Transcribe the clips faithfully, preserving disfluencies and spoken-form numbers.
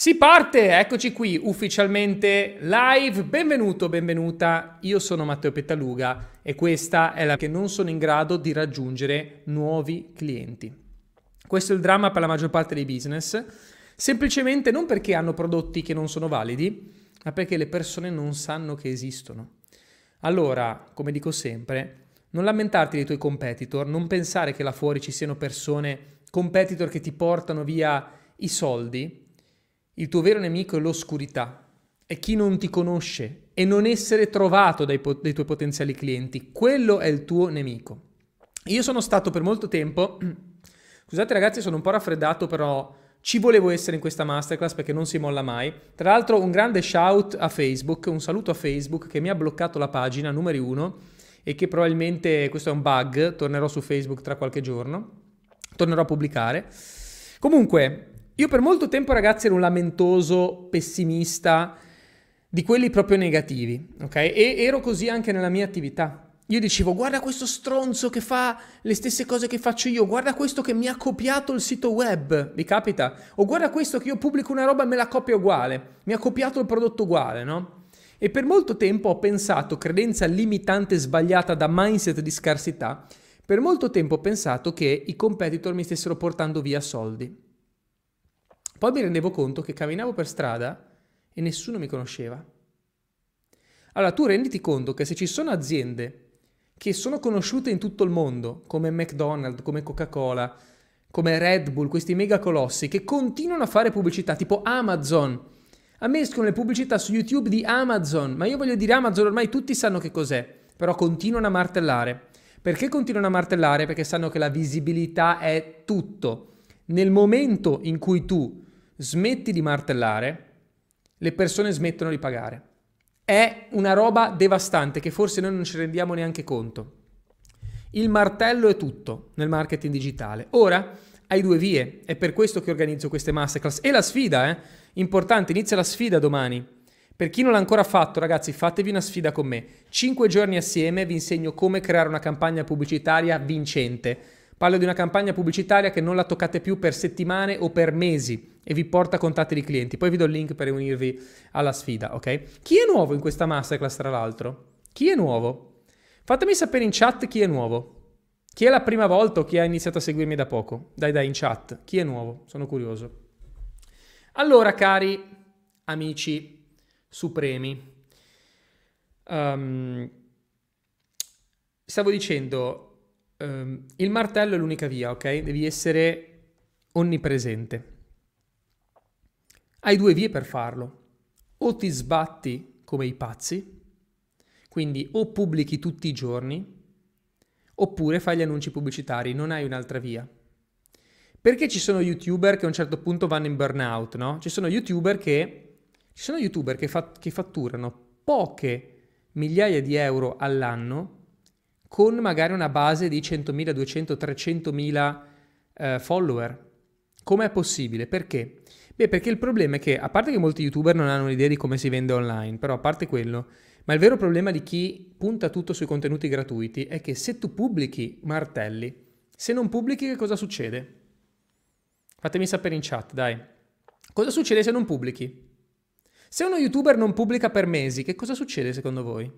Si parte, eccoci qui ufficialmente live, benvenuto, benvenuta, io sono Matteo Pettaluga e questa è la che non sono in grado di raggiungere nuovi clienti. Questo è il dramma per la maggior parte dei business, semplicemente non perché hanno prodotti che non sono validi, ma perché le persone non sanno che esistono. Allora, come dico sempre, non lamentarti dei tuoi competitor, non pensare che là fuori ci siano persone, competitor che ti portano via i soldi. Il tuo vero nemico è l'oscurità, è chi non ti conosce e non essere trovato dai, po- dai tuoi potenziali clienti. Quello è il tuo nemico. Io sono stato per molto tempo, scusate ragazzi, sono un po' raffreddato, però ci volevo essere in questa masterclass perché non si molla mai. Tra l'altro un grande shout a Facebook, un saluto a Facebook che mi ha bloccato la pagina numero uno e che probabilmente, questo è un bug, tornerò su Facebook tra qualche giorno, tornerò a pubblicare. Comunque, io per molto tempo, ragazzi, ero un lamentoso pessimista di quelli proprio negativi, ok? E ero così anche nella mia attività. Io dicevo, guarda questo stronzo che fa le stesse cose che faccio io, guarda questo che mi ha copiato il sito web, vi capita? O guarda questo che io pubblico una roba e me la copia uguale, mi ha copiato il prodotto uguale, no? E per molto tempo ho pensato, credenza limitante sbagliata da mindset di scarsità, per molto tempo ho pensato che i competitor mi stessero portando via soldi. Poi mi rendevo conto che camminavo per strada e nessuno mi conosceva. Allora tu renditi conto che se ci sono aziende che sono conosciute in tutto il mondo, come McDonald's, come Coca-Cola, come Red Bull, questi mega colossi, che continuano a fare pubblicità, tipo Amazon, a me escono le pubblicità su YouTube di Amazon, ma io voglio dire Amazon ormai tutti sanno che cos'è, però continuano a martellare. Perché continuano a martellare? Perché sanno che la visibilità è tutto. Nel momento in cui tu smetti di martellare, le persone smettono di pagare. È una roba devastante che forse noi non ci rendiamo neanche conto. Il martello è tutto nel marketing digitale. Ora hai due vie, è per questo che organizzo queste masterclass. E la sfida, eh? Importante, inizia la sfida domani. Per chi non l'ha ancora fatto, ragazzi, fatevi una sfida con me. Cinque giorni assieme vi insegno come creare una campagna pubblicitaria vincente. Parlo di una campagna pubblicitaria che non la toccate più per settimane o per mesi e vi porta a contatti di clienti. Poi vi do il link per unirvi alla sfida, ok? Chi è nuovo in questa masterclass, tra l'altro? Chi è nuovo? Fatemi sapere in chat chi è nuovo. Chi è la prima volta o chi ha iniziato a seguirmi da poco? Dai, dai, in chat. Chi è nuovo? Sono curioso. Allora, cari amici supremi, um, stavo dicendo... Um, il martello è l'unica via, ok? Devi essere onnipresente. Hai due vie per farlo. O ti sbatti come i pazzi, quindi o pubblichi tutti i giorni, oppure fai gli annunci pubblicitari, non hai un'altra via. Perché ci sono youtuber che a un certo punto vanno in burnout, no? Ci sono youtuber che, ci sono YouTuber che, fa, che fatturano poche migliaia di euro all'anno con magari una base di centomila, duecento, trecentomila eh, follower. Com'è possibile? Perché? Beh, perché il problema è che, a parte che molti youtuber non hanno un'idea di come si vende online, però a parte quello, ma il vero problema di chi punta tutto sui contenuti gratuiti è che se tu pubblichi, martelli. Se non pubblichi, che cosa succede? Fatemi sapere in chat, dai. Cosa succede se non pubblichi? Se uno youtuber non pubblica per mesi, che cosa succede secondo voi?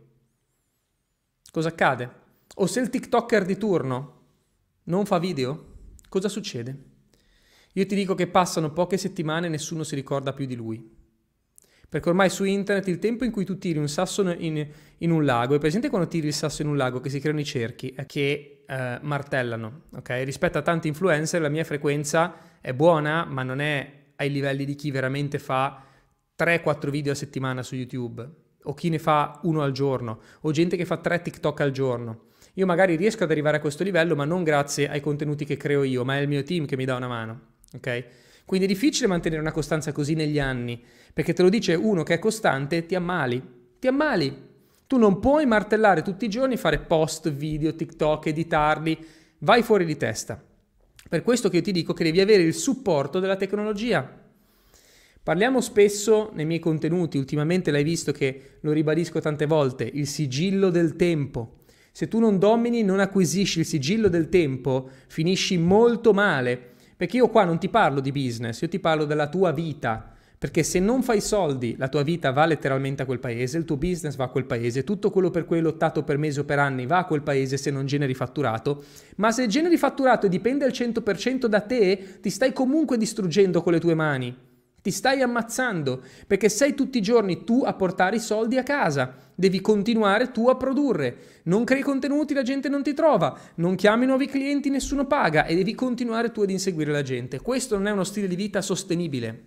Cosa accade? O se il TikToker di turno non fa video, cosa succede? Io ti dico che passano poche settimane e nessuno si ricorda più di lui. Perché ormai su internet il tempo in cui tu tiri un sasso in, in un lago, è presente quando tiri il sasso in un lago che si creano i cerchi, è che eh, martellano, ok? Rispetto a tanti influencer la mia frequenza è buona, ma non è ai livelli di chi veramente fa tre quattro video a settimana su YouTube, o chi ne fa uno al giorno, o gente che fa tre TikTok al giorno. Io magari riesco ad arrivare a questo livello, ma non grazie ai contenuti che creo io, ma è il mio team che mi dà una mano, ok? Quindi è difficile mantenere una costanza così negli anni, perché te lo dice uno che è costante, ti ammali, ti ammali. Tu non puoi martellare tutti i giorni, fare post, video, TikTok, editarli, vai fuori di testa. Per questo che io ti dico che devi avere il supporto della tecnologia. Parliamo spesso nei miei contenuti, ultimamente l'hai visto che lo ribadisco tante volte, il sigillo del tempo. Se tu non domini, non acquisisci il sigillo del tempo, finisci molto male. Perché io qua non ti parlo di business, io ti parlo della tua vita. Perché se non fai soldi, la tua vita va letteralmente a quel paese, il tuo business va a quel paese, tutto quello per cui hai lottato per mesi o per anni va a quel paese se non generi fatturato. Ma se generi fatturato e dipende al cento per cento da te, ti stai comunque distruggendo con le tue mani. Ti stai ammazzando, perché sei tutti i giorni tu a portare i soldi a casa. Devi continuare tu a produrre. Non crei contenuti, la gente non ti trova. Non chiami nuovi clienti, nessuno paga. E devi continuare tu ad inseguire la gente. Questo non è uno stile di vita sostenibile.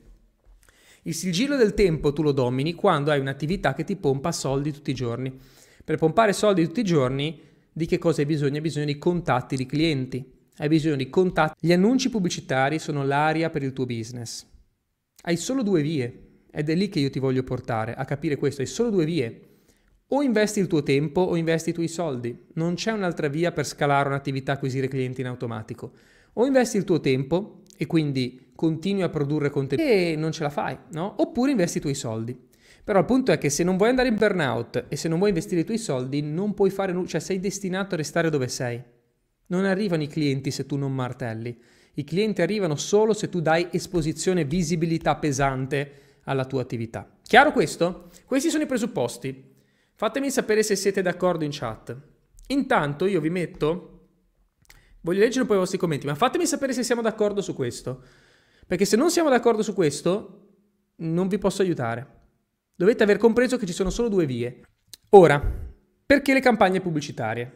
Il sigillo del tempo tu lo domini quando hai un'attività che ti pompa soldi tutti i giorni. Per pompare soldi tutti i giorni, di che cosa hai bisogno? Hai bisogno di contatti di clienti. Hai bisogno di contatti. Gli annunci pubblicitari sono l'aria per il tuo business. Hai solo due vie, ed è lì che io ti voglio portare, a capire questo. Hai solo due vie. O investi il tuo tempo o investi i tuoi soldi. Non c'è un'altra via per scalare un'attività, acquisire clienti in automatico. O investi il tuo tempo e quindi continui a produrre contenuti e non ce la fai, no? Oppure investi i tuoi soldi. Però il punto è che se non vuoi andare in burnout e se non vuoi investire i tuoi soldi, non puoi fare nulla, cioè sei destinato a restare dove sei. Non arrivano i clienti se tu non martelli. I clienti arrivano solo se tu dai esposizione, visibilità pesante alla tua attività. Chiaro questo? Questi sono i presupposti. Fatemi sapere se siete d'accordo in chat. Intanto io vi metto, voglio leggere un po' i vostri commenti, ma fatemi sapere se siamo d'accordo su questo. Perché se non siamo d'accordo su questo, non vi posso aiutare. Dovete aver compreso che ci sono solo due vie. Ora, perché le campagne pubblicitarie?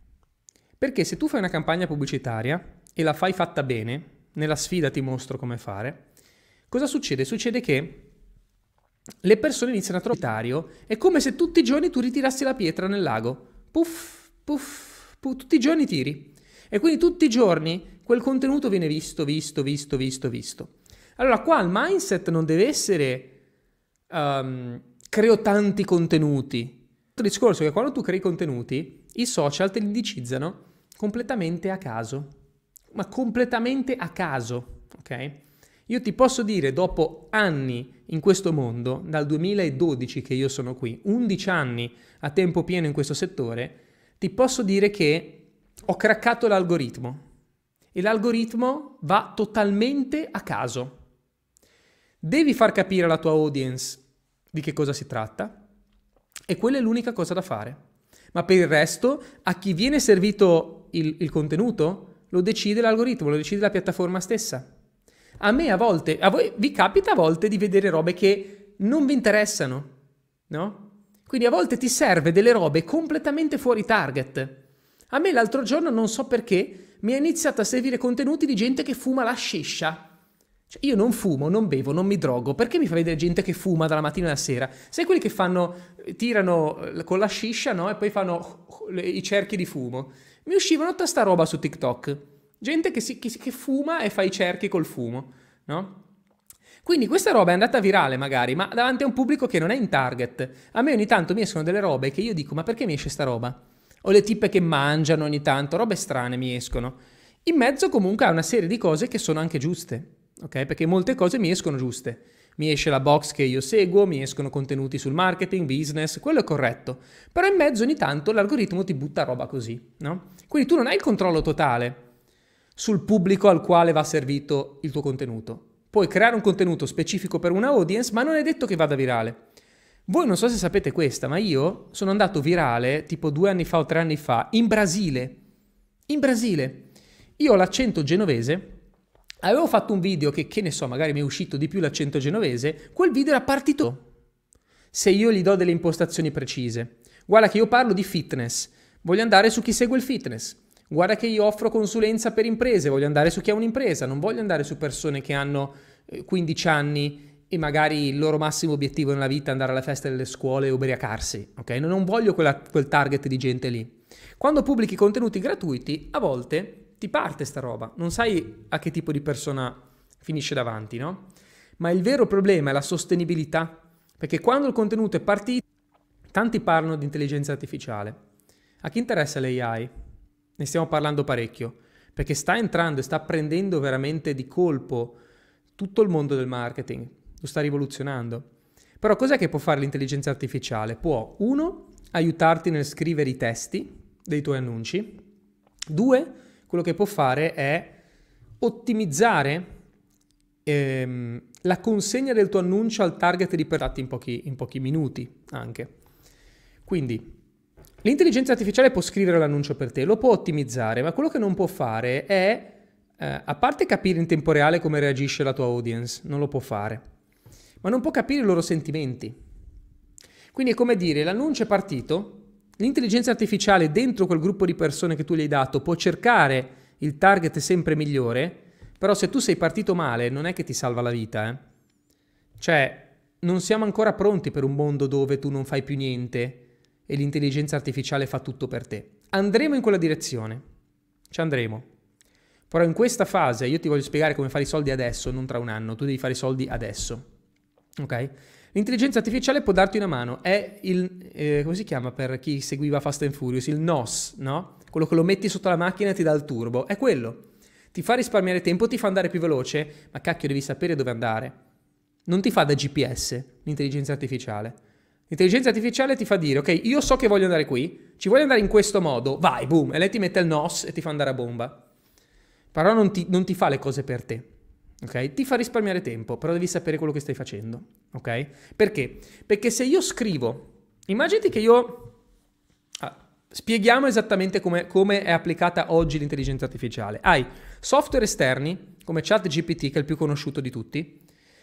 Perché se tu fai una campagna pubblicitaria e la fai fatta bene, nella sfida ti mostro come fare, cosa succede? Succede che le persone iniziano a trovare, è come se tutti i giorni tu ritirassi la pietra nel lago. Puff, puff, puff, tutti i giorni tiri. E quindi tutti i giorni quel contenuto viene visto, visto, visto, visto, visto. Allora qua il mindset non deve essere um, creo tanti contenuti. Il discorso è che quando tu crei contenuti, i social te li indicizzano completamente a caso. Ma completamente a caso, ok? Io ti posso dire, dopo anni in questo mondo, dal duemiladodici che io sono qui, undici anni a tempo pieno in questo settore, ti posso dire che ho craccato l'algoritmo e l'algoritmo va totalmente a caso. Devi far capire alla tua audience di che cosa si tratta e quella è l'unica cosa da fare. Ma per il resto, a chi viene servito il, il contenuto, lo decide l'algoritmo, lo decide la piattaforma stessa. A me a volte, a voi vi capita a volte di vedere robe che non vi interessano, no? Quindi a volte ti serve delle robe completamente fuori target. A me l'altro giorno, non so perché, mi è iniziato a servire contenuti di gente che fuma la shisha. Cioè, io non fumo, non bevo, non mi drogo. Perché mi fa vedere gente che fuma dalla mattina alla sera? Sai quelli che fanno, tirano con la shisha, no? E poi fanno i cerchi di fumo. Mi uscivano tutta sta roba su TikTok. Gente che, si, che, che fuma e fa i cerchi col fumo, no? Quindi questa roba è andata virale magari, ma davanti a un pubblico che non è in target. A me ogni tanto mi escono delle robe che io dico, ma perché mi esce sta roba? O le tipe che mangiano ogni tanto, robe strane mi escono. In mezzo comunque a una serie di cose che sono anche giuste, ok? Perché molte cose mi escono giuste. Mi esce la box che io seguo, mi escono contenuti sul marketing, business, quello è corretto. Però in mezzo ogni tanto l'algoritmo ti butta roba così, no? Quindi tu non hai il controllo totale sul pubblico al quale va servito il tuo contenuto. Puoi creare un contenuto specifico per una audience, ma non è detto che vada virale. Voi non so se sapete questa, ma io sono andato virale tipo due anni fa o tre anni fa in Brasile. In Brasile. Io ho l'accento genovese, avevo fatto un video che, che ne so, magari mi è uscito di più l'accento genovese, quel video era partito. Se io gli do delle impostazioni precise. Guarda che io parlo di fitness, voglio andare su chi segue il fitness. Guarda che io offro consulenza per imprese, voglio andare su chi ha un'impresa, non voglio andare su persone che hanno quindici anni e magari il loro massimo obiettivo nella vita è andare alla festa delle scuole e ubriacarsi, ok? Non voglio quella, quel target di gente lì. Quando pubblichi contenuti gratuiti, a volte ti parte sta roba, non sai a che tipo di persona finisce davanti, no? Ma il vero problema è la sostenibilità, perché quando il contenuto è partito, tanti parlano di intelligenza artificiale. A chi interessa l'A I? Ne stiamo parlando parecchio, perché sta entrando e sta prendendo veramente di colpo tutto il mondo del marketing, lo sta rivoluzionando. Però cos'è che può fare l'intelligenza artificiale? Può, uno, aiutarti nel scrivere i testi dei tuoi annunci. Due, quello che può fare è ottimizzare ehm, la consegna del tuo annuncio al target di persone in pochi, in pochi minuti anche. Quindi l'intelligenza artificiale può scrivere l'annuncio per te, lo può ottimizzare, ma quello che non può fare è, eh, a parte capire in tempo reale come reagisce la tua audience, non lo può fare, ma non può capire i loro sentimenti. Quindi è come dire, l'annuncio è partito, l'intelligenza artificiale dentro quel gruppo di persone che tu gli hai dato può cercare il target sempre migliore, però se tu sei partito male non è che ti salva la vita, eh? Cioè, non siamo ancora pronti per un mondo dove tu non fai più niente e l'intelligenza artificiale fa tutto per te. Andremo in quella direzione, ci andremo. Però in questa fase io ti voglio spiegare come fare i soldi adesso, non tra un anno, tu devi fare i soldi adesso, ok? L'intelligenza artificiale può darti una mano, è il, eh, come si chiama per chi seguiva Fast and Furious, il N O S, no? Quello che lo metti sotto la macchina e ti dà il turbo, è quello. Ti fa risparmiare tempo, ti fa andare più veloce, ma cacchio devi sapere dove andare. Non ti fa da G P S l'intelligenza artificiale. L'intelligenza artificiale ti fa dire, ok, io so che voglio andare qui, ci voglio andare in questo modo, vai, boom, e lei ti mette il N O S e ti fa andare a bomba. Però non ti, non ti fa le cose per te, ok? Ti fa risparmiare tempo, però devi sapere quello che stai facendo, ok? Perché? Perché se io scrivo, immaginati che io... Ah, spieghiamo esattamente come, come è applicata oggi l'intelligenza artificiale. Hai software esterni, come ChatGPT, che è il più conosciuto di tutti,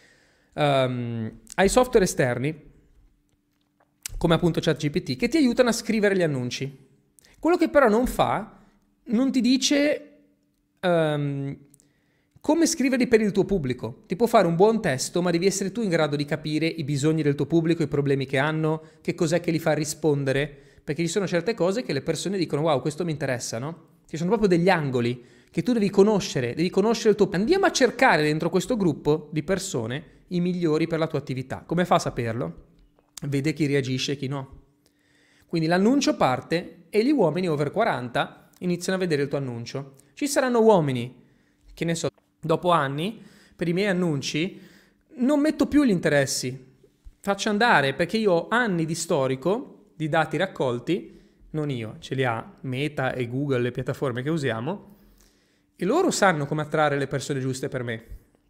um, hai software esterni, come appunto ChatGPT, che ti aiutano a scrivere gli annunci. Quello che però non fa, non ti dice um, come scriverli per il tuo pubblico. Ti può fare un buon testo, ma devi essere tu in grado di capire i bisogni del tuo pubblico, i problemi che hanno, che cos'è che li fa rispondere, perché ci sono certe cose che le persone dicono wow, questo mi interessa, no? Ci sono proprio degli angoli che tu devi conoscere, devi conoscere il tuo... Andiamo a cercare dentro questo gruppo di persone i migliori per la tua attività. Come fa a saperlo? Vede chi reagisce e chi no. Quindi l'annuncio parte e gli uomini over quaranta iniziano a vedere il tuo annuncio. Ci saranno uomini, che ne so, dopo anni, per i miei annunci, non metto più gli interessi. Faccio andare, perché io ho anni di storico, di dati raccolti, non io, ce li ha Meta e Google, le piattaforme che usiamo, e loro sanno come attrarre le persone giuste per me.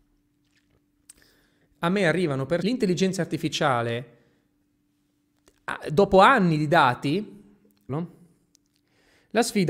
A me arrivano per l'intelligenza artificiale, dopo anni di dati, no? La sfida